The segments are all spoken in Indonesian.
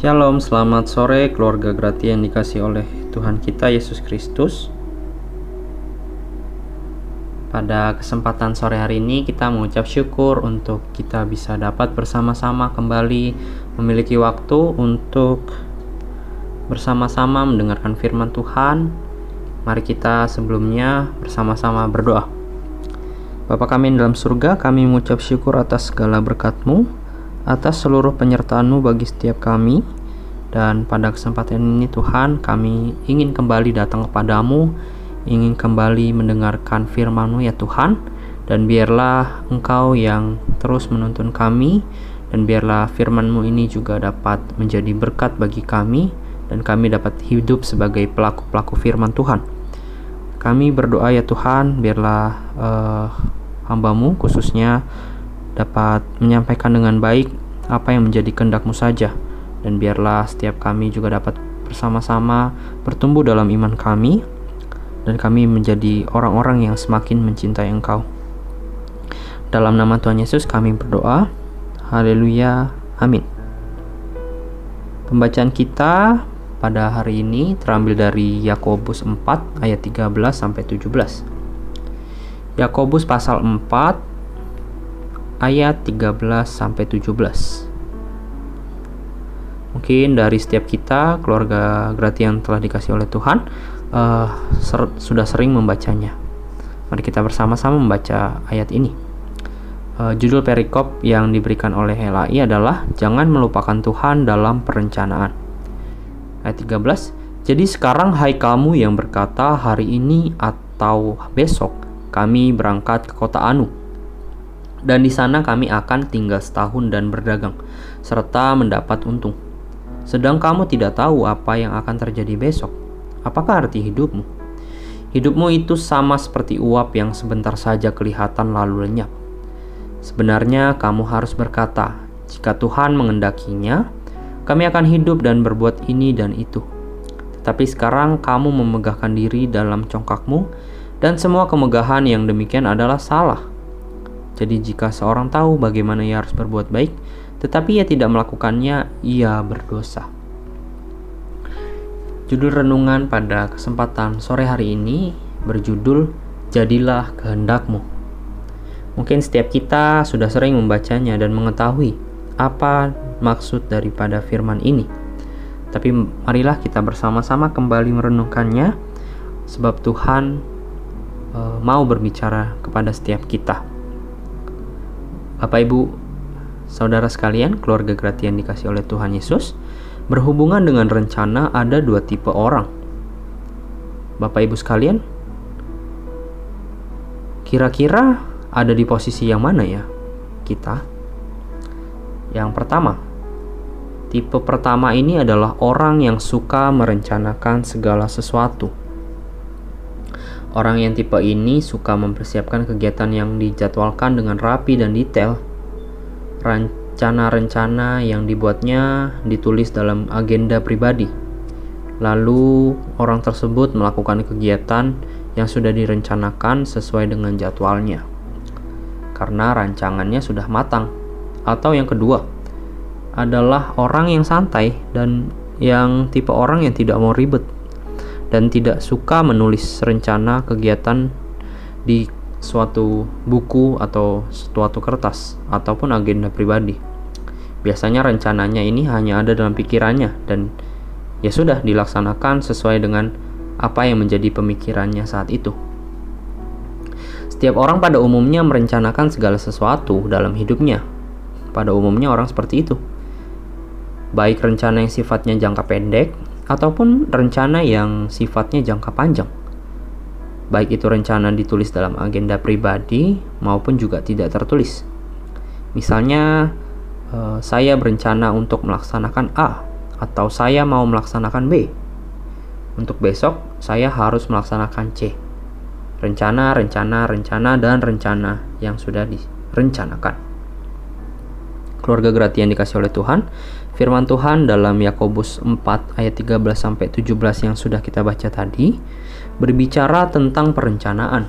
Shalom, selamat sore keluarga Gratia yang dikasih oleh Tuhan kita Yesus Kristus. Pada kesempatan sore hari ini kita mengucap syukur untuk kita bisa dapat bersama-sama kembali memiliki waktu untuk bersama-sama mendengarkan firman Tuhan. Mari kita sebelumnya bersama-sama berdoa. Bapa kami yang dalam surga, kami mengucap syukur atas segala berkat-Mu, atas seluruh penyertaan-Mu bagi setiap kami. Dan pada kesempatan ini Tuhan, kami ingin kembali datang kepadamu, ingin kembali mendengarkan firman-Mu ya Tuhan. Dan biarlah Engkau yang terus menuntun kami, dan biarlah firman-Mu ini juga dapat menjadi berkat bagi kami, dan kami dapat hidup sebagai pelaku-pelaku firman Tuhan. Kami berdoa ya Tuhan, biarlah hamba-Mu khususnya dapat menyampaikan dengan baik apa yang menjadi kehendak-Mu saja. Dan biarlah setiap kami juga dapat bersama-sama bertumbuh dalam iman kami, dan kami menjadi orang-orang yang semakin mencintai Engkau. Dalam nama Tuhan Yesus kami berdoa. Haleluya. Amin. Pembacaan kita pada hari ini terambil dari Yakobus 4 ayat 13 sampai 17. Yakobus pasal 4 ayat 13 sampai 17. Mungkin dari setiap kita, keluarga Gratia yang telah dikasih oleh Tuhan, sudah sering membacanya. Mari kita bersama-sama membaca ayat ini. Judul perikop yang diberikan oleh LAI adalah Jangan Melupakan Tuhan Dalam Perencanaan. Ayat 13. Jadi sekarang hai kamu yang berkata hari ini atau besok kami berangkat ke kota Anu, dan di sana kami akan tinggal setahun dan berdagang, serta mendapat untung. Sedang kamu tidak tahu apa yang akan terjadi besok. Apakah arti hidupmu? Hidupmu itu sama seperti uap yang sebentar saja kelihatan lalu lenyap. Sebenarnya kamu harus berkata, jika Tuhan mengendakinya, kami akan hidup dan berbuat ini dan itu. Tetapi sekarang kamu memegahkan diri dalam congkakmu, dan semua kemegahan yang demikian adalah salah. Jadi jika seorang tahu bagaimana ia harus berbuat baik, tetapi ia tidak melakukannya, ia berdosa. Judul renungan pada kesempatan sore hari ini berjudul Jadilah Kehendak-Mu. Mungkin setiap kita sudah sering membacanya dan mengetahui apa maksud daripada firman ini. Tapi marilah kita bersama-sama kembali merenungkannya, sebab Tuhan mau berbicara kepada setiap kita. Bapak Ibu, saudara sekalian, keluarga Gratia yang dikasih oleh Tuhan Yesus, berhubungan dengan rencana ada dua tipe orang. Bapak Ibu sekalian, kira-kira ada di posisi yang mana ya kita? Yang pertama, tipe pertama ini adalah orang yang suka merencanakan segala sesuatu. Orang yang tipe ini suka mempersiapkan kegiatan yang dijadwalkan dengan rapi dan detail. Rencana-rencana yang dibuatnya ditulis dalam agenda pribadi. Lalu orang tersebut melakukan kegiatan yang sudah direncanakan sesuai dengan jadwalnya, karena rancangannya sudah matang. Atau yang kedua adalah orang yang santai dan yang tipe orang yang tidak mau ribet dan tidak suka menulis rencana kegiatan di suatu buku atau suatu kertas ataupun agenda pribadi. Biasanya rencananya ini hanya ada dalam pikirannya dan ya sudah dilaksanakan sesuai dengan apa yang menjadi pemikirannya saat itu. Setiap orang pada umumnya merencanakan segala sesuatu dalam hidupnya. Pada umumnya orang seperti itu. Baik rencana yang sifatnya jangka pendek ataupun rencana yang sifatnya jangka panjang. Baik itu rencana ditulis dalam agenda pribadi maupun juga tidak tertulis. Misalnya, saya berencana untuk melaksanakan A, atau saya mau melaksanakan B. Untuk besok, saya harus melaksanakan C. Rencana, dan rencana yang sudah direncanakan. Keluarga Gratia yang dikasih oleh Tuhan, firman Tuhan dalam Yakobus 4 ayat 13 sampai 17 yang sudah kita baca tadi berbicara tentang perencanaan.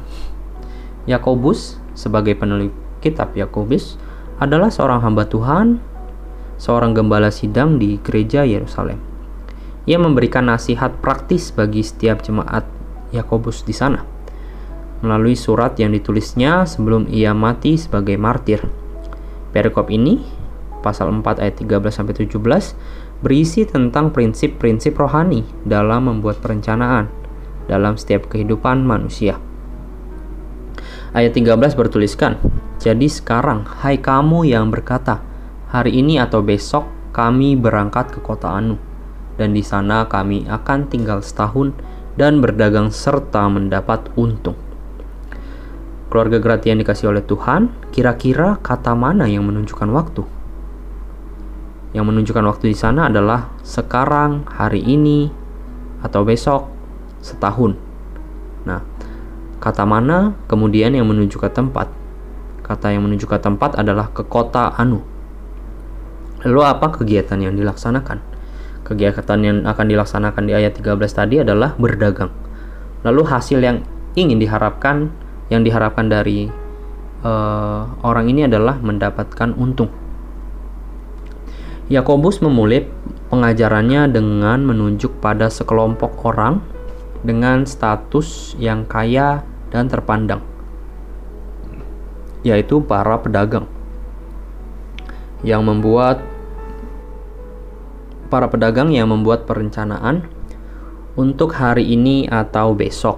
Yakobus sebagai penulis kitab Yakobus adalah seorang hamba Tuhan seorang gembala sidang di gereja Yerusalem. Ia memberikan nasihat praktis bagi setiap jemaat Yakobus di sana melalui surat yang ditulisnya sebelum ia mati sebagai martir. Perikop ini, pasal 4 ayat 13-17, berisi tentang prinsip-prinsip rohani dalam membuat perencanaan dalam setiap kehidupan manusia. Ayat 13 bertuliskan, "Jadi sekarang, hai kamu yang berkata, hari ini atau besok kami berangkat ke kota Anu, dan di sana kami akan tinggal setahun dan berdagang serta mendapat untung." Keluarga Gratian dikasih oleh Tuhan, kira-kira kata mana yang menunjukkan waktu? Yang menunjukkan waktu di sana adalah sekarang, hari ini, atau besok, setahun. Nah, kata mana kemudian yang menunjukkan tempat? Kata yang menunjukkan tempat adalah ke kota Anu. Lalu apa kegiatan yang dilaksanakan? Kegiatan yang akan dilaksanakan di ayat 13 tadi adalah berdagang. Lalu hasil yang diharapkan dari orang ini adalah mendapatkan untung. Yakobus memulai pengajarannya dengan menunjuk pada sekelompok orang dengan status yang kaya dan terpandang, yaitu para pedagang yang membuat perencanaan untuk hari ini atau besok,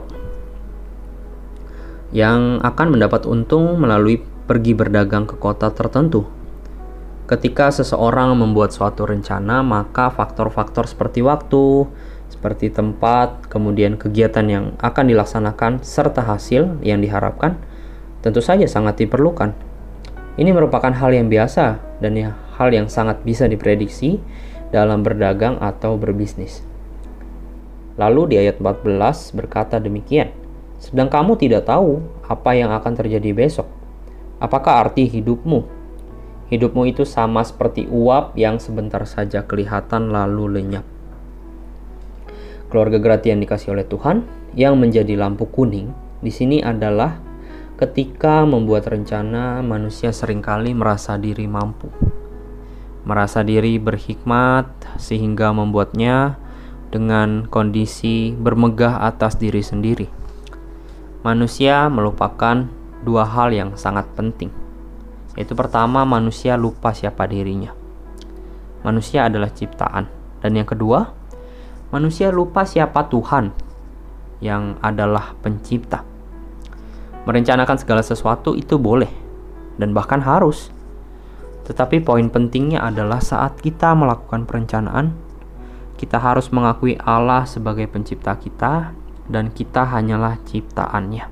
yang akan mendapat untung melalui pergi berdagang ke kota tertentu. Ketika seseorang membuat suatu rencana, maka faktor-faktor seperti waktu, seperti tempat, kemudian kegiatan yang akan dilaksanakan, serta hasil yang diharapkan, tentu saja sangat diperlukan. Ini merupakan hal yang biasa dan hal yang sangat bisa diprediksi dalam berdagang atau berbisnis. Lalu di ayat 14 berkata demikian, "Sedang kamu tidak tahu apa yang akan terjadi besok. Apakah arti hidupmu? Hidupmu itu sama seperti uap yang sebentar saja kelihatan lalu lenyap." Keluarga Gratian dikasih oleh Tuhan, yang menjadi lampu kuning di sini adalah ketika membuat rencana, manusia seringkali merasa diri mampu, merasa diri berhikmat, sehingga membuatnya dengan kondisi bermegah atas diri sendiri. Manusia melupakan dua hal yang sangat penting, yaitu pertama, manusia lupa siapa dirinya. Manusia adalah ciptaan. Dan yang kedua, manusia lupa siapa Tuhan yang adalah pencipta. Merencanakan segala sesuatu itu boleh dan bahkan harus. Tetapi poin pentingnya adalah saat kita melakukan perencanaan, kita harus mengakui Allah sebagai pencipta kita dan kita hanyalah ciptaannya.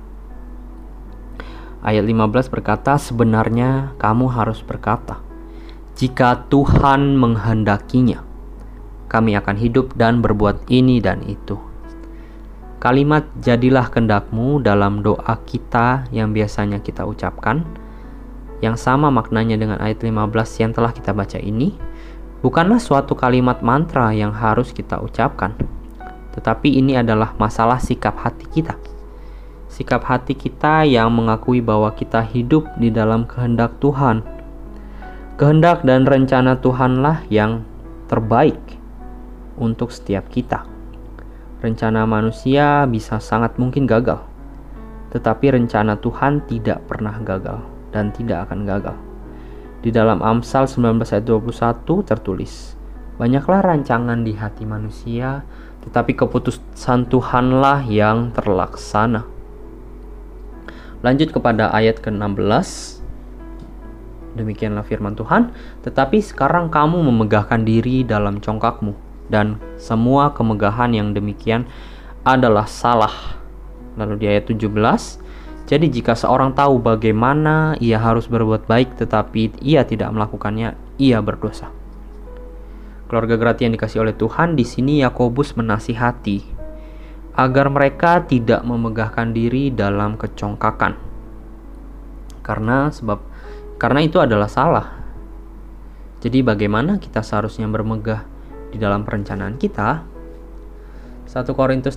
Ayat 15 berkata, "Sebenarnya kamu harus berkata, jika Tuhan menghendakinya, kami akan hidup dan berbuat ini dan itu." Kalimat "jadilah kehendakmu" dalam doa kita yang biasanya kita ucapkan, yang sama maknanya dengan ayat 15 yang telah kita baca ini, bukanlah suatu kalimat mantra yang harus kita ucapkan. Tetapi ini adalah masalah sikap hati kita. Sikap hati kita yang mengakui bahwa kita hidup di dalam kehendak Tuhan. Kehendak dan rencana Tuhanlah yang terbaik untuk setiap kita. Rencana manusia bisa sangat mungkin gagal, tetapi rencana Tuhan tidak pernah gagal dan tidak akan gagal. Di dalam Amsal 19 ayat 21 tertulis, "Banyaklah rancangan di hati manusia, tetapi keputusan Tuhanlah yang terlaksana." Lanjut kepada ayat ke-16. Demikianlah firman Tuhan, "Tetapi sekarang kamu memegahkan diri dalam congkakmu, dan semua kemegahan yang demikian adalah salah." Lalu di ayat 17, "Jadi jika seorang tahu bagaimana ia harus berbuat baik tetapi ia tidak melakukannya, ia berdosa." Keluarga Gratian dikasih oleh Tuhan, di sini Yakobus menasihati agar mereka tidak memegahkan diri dalam kecongkakan. Karena itu adalah salah. Jadi bagaimana kita seharusnya bermegah di dalam perencanaan kita? 1 Korintus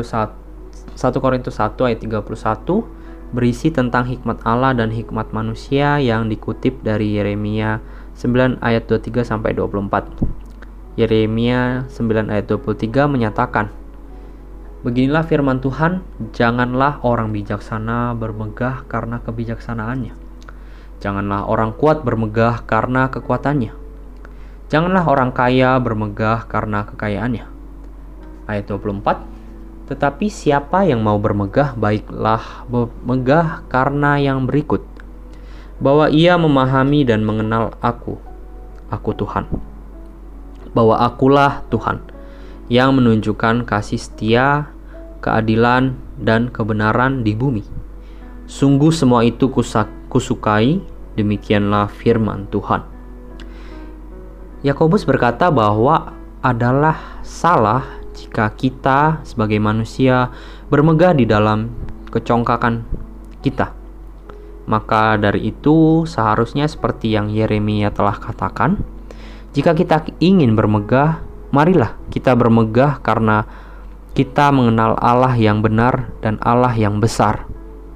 1 ayat 31 berisi tentang hikmat Allah dan hikmat manusia yang dikutip dari Yeremia 9 ayat 23 sampai 24. Yeremia 9 ayat 23 menyatakan, "Beginilah firman Tuhan, janganlah orang bijaksana bermegah karena kebijaksanaannya. Janganlah orang kuat bermegah karena kekuatannya. Janganlah orang kaya bermegah karena kekayaannya." Ayat 24, "Tetapi siapa yang mau bermegah, baiklah bermegah karena yang berikut, bahwa ia memahami dan mengenal aku Tuhan. Bahwa akulah Tuhan, yang menunjukkan kasih setia, keadilan, dan kebenaran di bumi. Sungguh semua itu kusukai, demikianlah firman Tuhan." Yakobus berkata bahwa adalah salah jika kita sebagai manusia bermegah di dalam kecongkakan kita. Maka dari itu seharusnya seperti yang Yeremia telah katakan, jika kita ingin bermegah, marilah kita bermegah karena kita mengenal Allah yang benar dan Allah yang besar.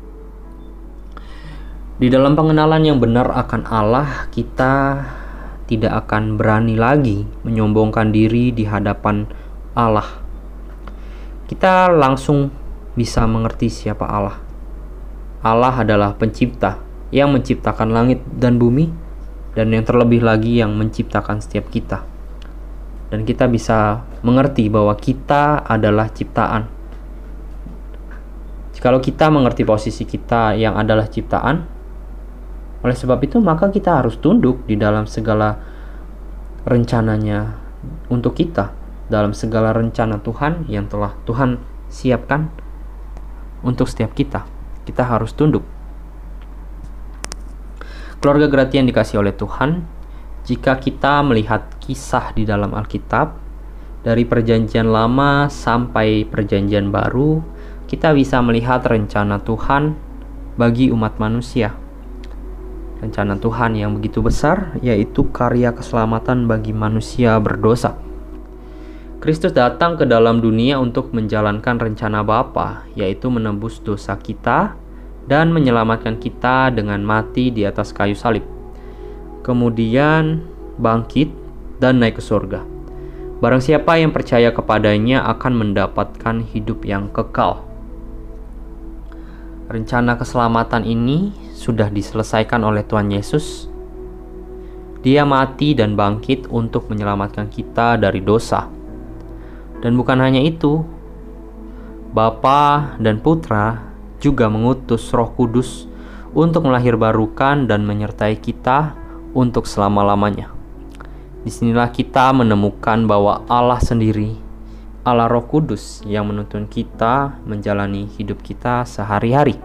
Di dalam pengenalan yang benar akan Allah, kita tidak akan berani lagi menyombongkan diri di hadapan Allah. Kita langsung bisa mengerti siapa Allah. Allah adalah pencipta yang menciptakan langit dan bumi, dan yang terlebih lagi yang menciptakan setiap kita. Dan kita bisa mengerti bahwa kita adalah ciptaan. Jikalau kita mengerti posisi kita yang adalah ciptaan, oleh sebab itu maka kita harus tunduk di dalam segala rencananya untuk kita, dalam segala rencana Tuhan yang telah Tuhan siapkan untuk setiap kita. Kita harus tunduk. Keluarga Grati yang dikasihi oleh Tuhan, jika kita melihat kisah di dalam Alkitab, dari perjanjian lama sampai perjanjian baru, kita bisa melihat rencana Tuhan bagi umat manusia. Rencana Tuhan yang begitu besar, yaitu karya keselamatan bagi manusia berdosa. Kristus datang ke dalam dunia untuk menjalankan rencana Bapa, yaitu menebus dosa kita dan menyelamatkan kita dengan mati di atas kayu salib. Kemudian bangkit dan naik ke surga. Barang siapa yang percaya kepadanya akan mendapatkan hidup yang kekal. Rencana keselamatan ini sudah diselesaikan oleh Tuhan Yesus. Dia mati dan bangkit untuk menyelamatkan kita dari dosa. Dan bukan hanya itu, Bapa dan Putra juga mengutus Roh Kudus untuk melahirbarukan dan menyertai kita untuk selama-lamanya. Disinilah kita menemukan bahwa Allah sendiri, Allah Roh Kudus yang menuntun kita menjalani hidup kita sehari-hari.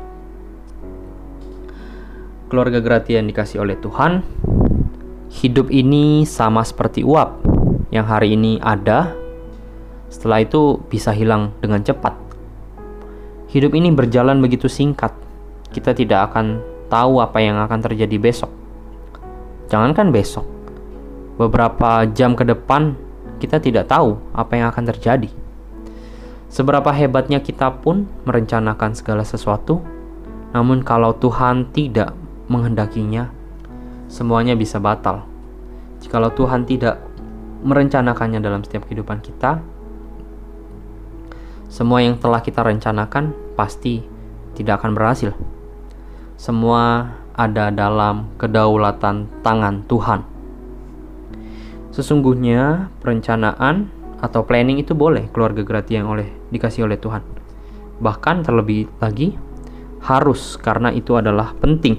Keluarga Grati yang dikasihi oleh Tuhan, hidup ini sama seperti uap yang hari ini ada, setelah itu bisa hilang dengan cepat. Hidup ini berjalan begitu singkat. Kita tidak akan tahu apa yang akan terjadi besok. Jangankan besok, beberapa jam ke depan kita tidak tahu apa yang akan terjadi. Seberapa hebatnya kita pun merencanakan segala sesuatu, namun kalau Tuhan tidak menghendakinya, semuanya bisa batal. Jikalau Tuhan tidak merencanakannya dalam setiap kehidupan kita, semua yang telah kita rencanakan pasti tidak akan berhasil. Semua ada dalam kedaulatan tangan Tuhan. Sesungguhnya perencanaan atau planning itu boleh, keluarga Grati yang dikasihi oleh Tuhan. Bahkan terlebih lagi harus, karena itu adalah penting.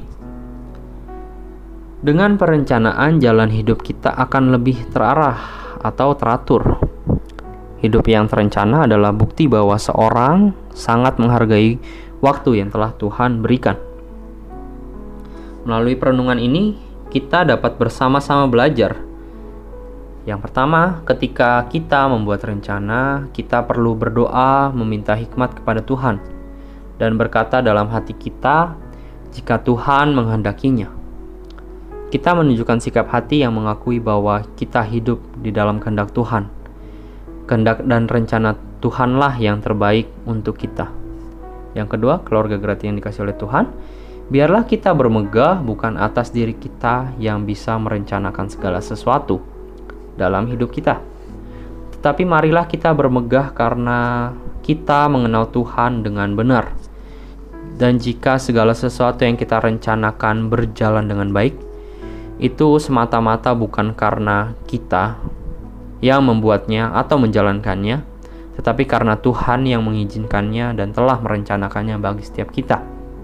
Dengan perencanaan, jalan hidup kita akan lebih terarah atau teratur. Hidup yang terencana adalah bukti bahwa seorang sangat menghargai waktu yang telah Tuhan berikan. Melalui perenungan ini, kita dapat bersama-sama belajar. Yang pertama, ketika kita membuat rencana, kita perlu berdoa meminta hikmat kepada Tuhan dan berkata dalam hati kita jika Tuhan menghendakinya. Kita menunjukkan sikap hati yang mengakui bahwa kita hidup di dalam kehendak Tuhan. Kehendak dan rencana Tuhanlah yang terbaik untuk kita. Yang kedua, keluarga Grati yang dikasihi oleh Tuhan, Biarlah kita bermegah bukan atas diri kita yang bisa merencanakan segala sesuatu dalam hidup kita, tetapi marilah kita bermegah karena kita mengenal Tuhan dengan benar. Dan jika segala sesuatu yang kita rencanakan berjalan dengan baik, itu semata-mata bukan karena kita yang membuatnya atau menjalankannya, tetapi karena Tuhan yang mengizinkannya dan telah merencanakannya bagi setiap kita.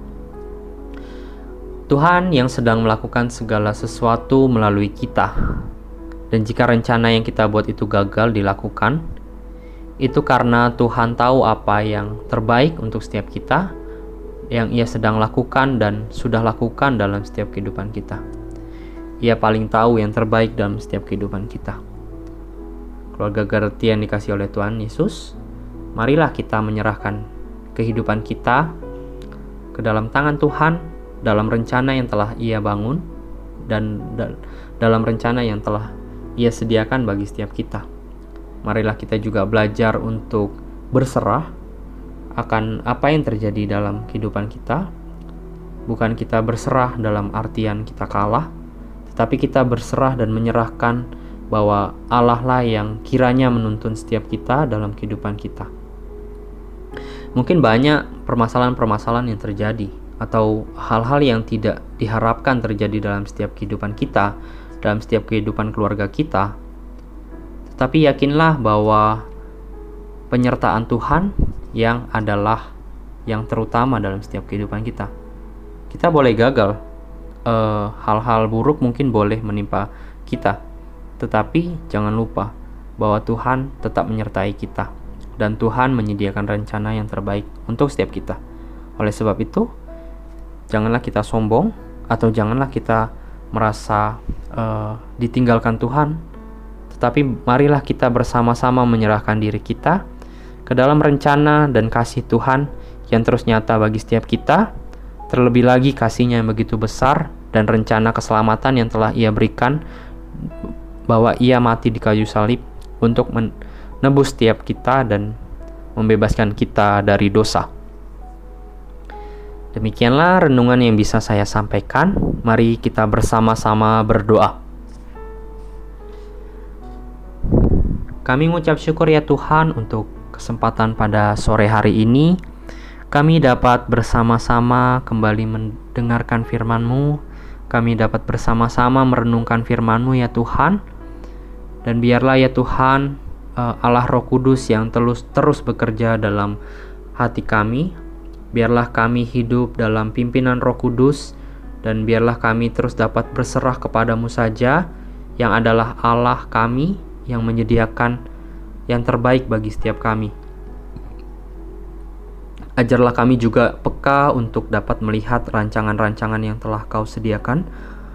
Tuhan yang sedang melakukan segala sesuatu melalui kita. Dan jika rencana yang kita buat itu gagal dilakukan, itu karena Tuhan tahu apa yang terbaik untuk setiap kita, yang Ia sedang lakukan dan sudah lakukan dalam setiap kehidupan kita. Ia paling tahu yang terbaik dalam setiap kehidupan kita. Keluarga Gerti yang dikasihi oleh Tuhan Yesus, marilah kita menyerahkan kehidupan kita ke dalam tangan Tuhan, dalam rencana yang telah Ia bangun dan dalam rencana yang telah Ia sediakan bagi setiap kita. Marilah kita juga belajar untuk berserah akan apa yang terjadi dalam kehidupan kita. Bukan kita berserah dalam artian kita kalah, tetapi kita berserah dan menyerahkan bahwa Allah lah yang kiranya menuntun setiap kita dalam kehidupan kita. Mungkin banyak permasalahan-permasalahan yang terjadi, atau hal-hal yang tidak diharapkan terjadi dalam setiap kehidupan kita, dalam setiap kehidupan keluarga kita. Tetapi yakinlah bahwa penyertaan Tuhan yang adalah yang terutama dalam setiap kehidupan kita. Kita boleh gagal, hal-hal buruk mungkin boleh menimpa kita, tetapi jangan lupa bahwa Tuhan tetap menyertai kita, dan Tuhan menyediakan rencana yang terbaik untuk setiap kita. Oleh sebab itu, janganlah kita sombong, atau janganlah kita merasa ditinggalkan Tuhan, tetapi marilah kita bersama-sama menyerahkan diri kita ke dalam rencana dan kasih Tuhan yang terus nyata bagi setiap kita, terlebih lagi kasih-Nya yang begitu besar dan rencana keselamatan yang telah Ia berikan, bahwa Ia mati di kayu salib untuk menebus setiap kita dan membebaskan kita dari dosa. Demikianlah renungan yang bisa saya sampaikan. Mari kita bersama-sama berdoa. Kami mengucap syukur ya Tuhan untuk kesempatan pada sore hari ini. Kami dapat bersama-sama kembali mendengarkan firman-Mu. Kami dapat bersama-sama merenungkan firman-Mu ya Tuhan. Dan biarlah ya Tuhan, Allah Roh Kudus yang terus bekerja dalam hati kami. Biarlah kami hidup dalam pimpinan Roh Kudus, dan biarlah kami terus dapat berserah kepadamu saja, yang adalah Allah kami, yang menyediakan yang terbaik bagi setiap kami. Ajarlah kami juga peka untuk dapat melihat rancangan-rancangan yang telah Kau sediakan,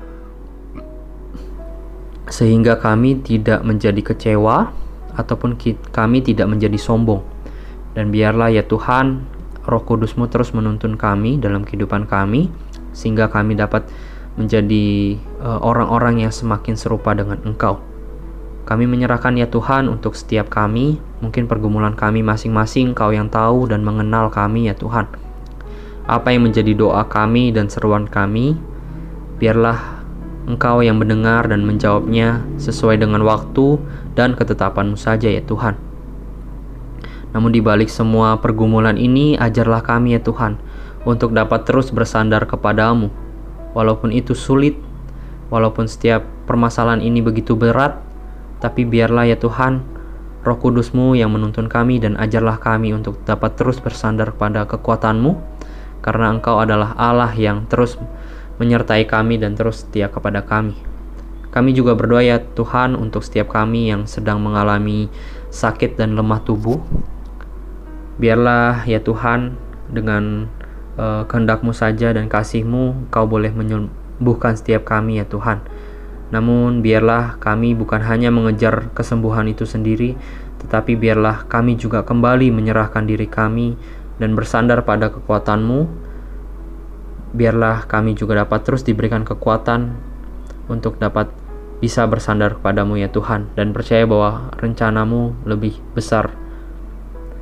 sehingga kami tidak menjadi kecewa, ataupun kami tidak menjadi sombong. Dan biarlah ya Tuhan, Roh Kudus-Mu terus menuntun kami dalam kehidupan kami, sehingga kami dapat menjadi orang-orang yang semakin serupa dengan Engkau. Kami menyerahkan ya Tuhan untuk setiap kami, mungkin pergumulan kami masing-masing, Kau yang tahu dan mengenal kami ya Tuhan. Apa yang menjadi doa kami dan seruan kami, biarlah Engkau yang mendengar dan menjawabnya sesuai dengan waktu dan ketetapan-Mu saja ya Tuhan. Namun di balik semua pergumulan ini, ajarlah kami ya Tuhan untuk dapat terus bersandar kepadamu. Walaupun itu sulit, walaupun setiap permasalahan ini begitu berat, tapi biarlah ya Tuhan, Roh Kudus-Mu yang menuntun kami, dan ajarlah kami untuk dapat terus bersandar pada kekuatan-Mu, karena Engkau adalah Allah yang terus menyertai kami dan terus setia kepada kami. Kami juga berdoa ya Tuhan untuk setiap kami yang sedang mengalami sakit dan lemah tubuh. Biarlah ya Tuhan, dengan kehendak-Mu saja dan kasih-Mu, Kau boleh menyembuhkan setiap kami ya Tuhan. Namun biarlah kami bukan hanya mengejar kesembuhan itu sendiri, tetapi biarlah kami juga kembali menyerahkan diri kami dan bersandar pada kekuatan-Mu. Biarlah kami juga dapat terus diberikan kekuatan untuk dapat bisa bersandar kepadamu ya Tuhan, dan percaya bahwa rencana-Mu lebih besar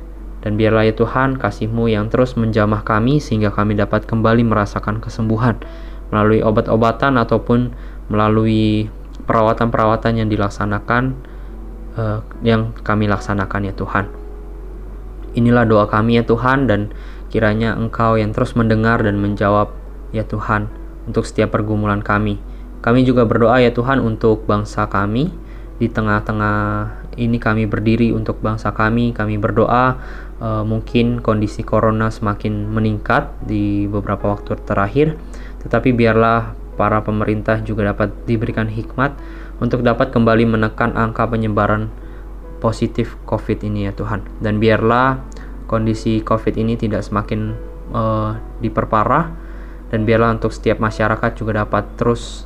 Dan biarlah ya Tuhan, kasih-Mu yang terus menjamah kami sehingga kami dapat kembali merasakan kesembuhan melalui obat-obatan ataupun melalui perawatan-perawatan yang dilaksanakan, yang kami laksanakan ya Tuhan. Inilah doa kami ya Tuhan, dan kiranya Engkau yang terus mendengar dan menjawab ya Tuhan untuk setiap pergumulan kami. Kami juga berdoa ya Tuhan untuk bangsa kami. Di tengah-tengah ini kami berdiri untuk bangsa kami. Kami berdoa mungkin kondisi corona semakin meningkat di beberapa waktu terakhir, tetapi biarlah para pemerintah juga dapat diberikan hikmat untuk dapat kembali menekan angka penyebaran positif COVID ini ya Tuhan. Dan biarlah kondisi COVID ini tidak semakin diperparah, dan biarlah untuk setiap masyarakat juga dapat terus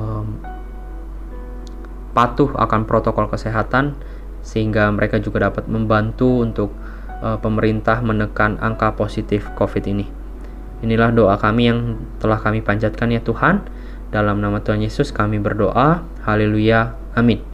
patuh akan protokol kesehatan, sehingga mereka juga dapat membantu untuk pemerintah menekan angka positif COVID ini. Inilah doa kami yang telah kami panjatkan ya Tuhan. Dalam nama Tuhan Yesus kami berdoa. Haleluya. Amin.